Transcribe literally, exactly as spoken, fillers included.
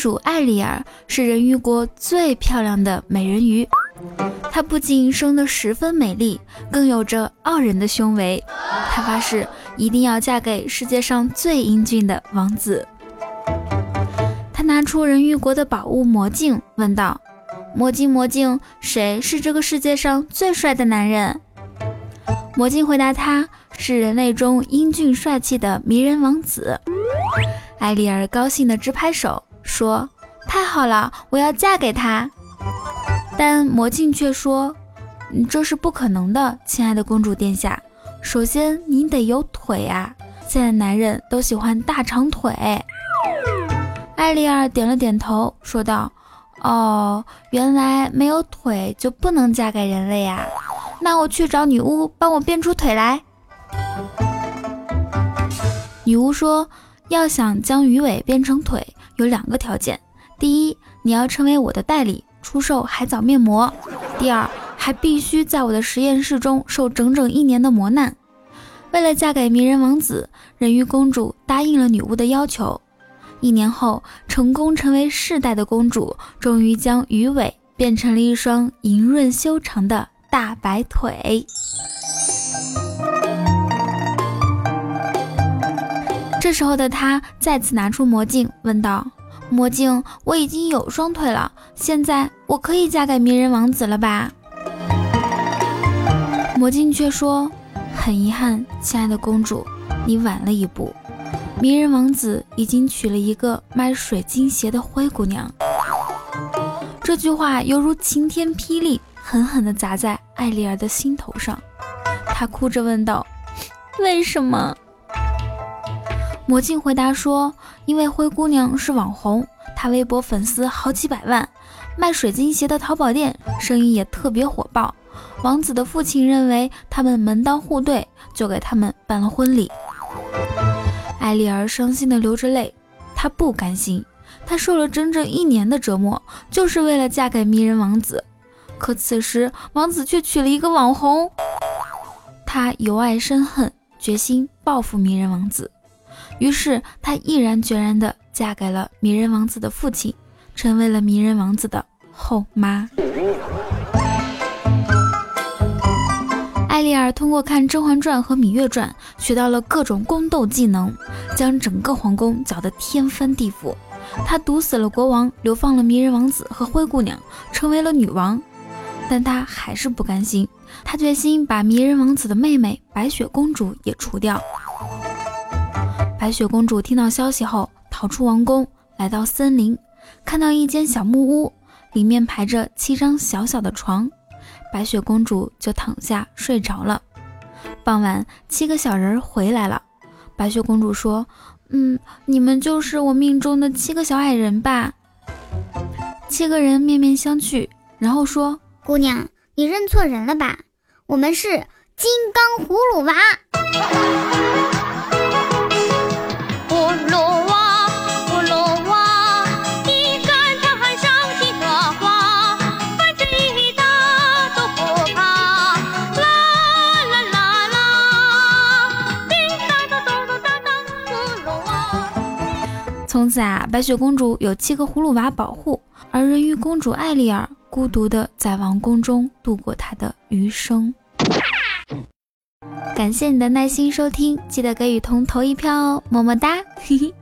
主艾丽儿是人鱼国最漂亮的美人鱼，她不仅生得十分美丽，更有着傲人的胸围。她发誓一定要嫁给世界上最英俊的王子。她拿出人鱼国的宝物魔镜，问道：魔镜魔镜，谁是这个世界上最帅的男人？魔镜回答他：是人类中英俊帅气的迷人王子。艾丽儿高兴地直拍手，说：太好了，我要嫁给他。但魔镜却说：这是不可能的，亲爱的公主殿下，首先你得有腿啊，现在男人都喜欢大长腿。艾丽儿点了点头，说道：哦，原来没有腿就不能嫁给人类呀，那我去找女巫帮我变出腿来。女巫说，要想将鱼尾变成腿有两个条件，第一，你要成为我的代理，出售海藻面膜，第二，还必须在我的实验室中受整整一年的磨难。为了嫁给迷人王子，人鱼公主答应了女巫的要求。一年后，成功成为世代的公主，终于将鱼尾变成了一双莹润修长的大白腿。这时候的她再次拿出魔镜，问道：魔镜，我已经有双腿了，现在我可以嫁给迷人王子了吧？魔镜却说：很遗憾，亲爱的公主，你晚了一步，迷人王子已经娶了一个卖水晶鞋的灰姑娘。这句话犹如晴天霹雳，狠狠地砸在艾丽儿的心头上。她哭着问道：为什么？魔镜回答说：因为灰姑娘是网红，她微博粉丝好几百万，卖水晶鞋的淘宝店生意也特别火爆。王子的父亲认为他们门当户对，就给他们办了婚礼。艾丽儿伤心地流着泪，她不甘心，她受了整整一年的折磨，就是为了嫁给迷人王子。可此时王子却娶了一个网红，她由爱生恨，决心报复迷人王子。于是她毅然决然地嫁给了迷人王子的父亲，成为了迷人王子的后妈。艾丽儿通过看《甄嬛传》和《芈月传》学到了各种宫斗技能，将整个皇宫搅得天翻地覆。她毒死了国王，流放了迷人王子和灰姑娘，成为了女王。但她还是不甘心，她决心把迷人王子的妹妹白雪公主也除掉。白雪公主听到消息后，逃出王宫，来到森林，看到一间小木屋，里面排着七张小小的床，白雪公主就躺下睡着了。傍晚，七个小人回来了。白雪公主说：嗯，你们就是我命中的七个小矮人吧？七个人面面相觑，然后说： 姑娘，你认错人了吧？我们是金刚葫芦娃。 从此啊，白雪公主有七个葫芦娃保护，而人鱼公主艾丽儿孤独地在王宫中度过她的余生。感谢你的耐心收听，记得给雨桐投一票哦，么么哒，嘿嘿。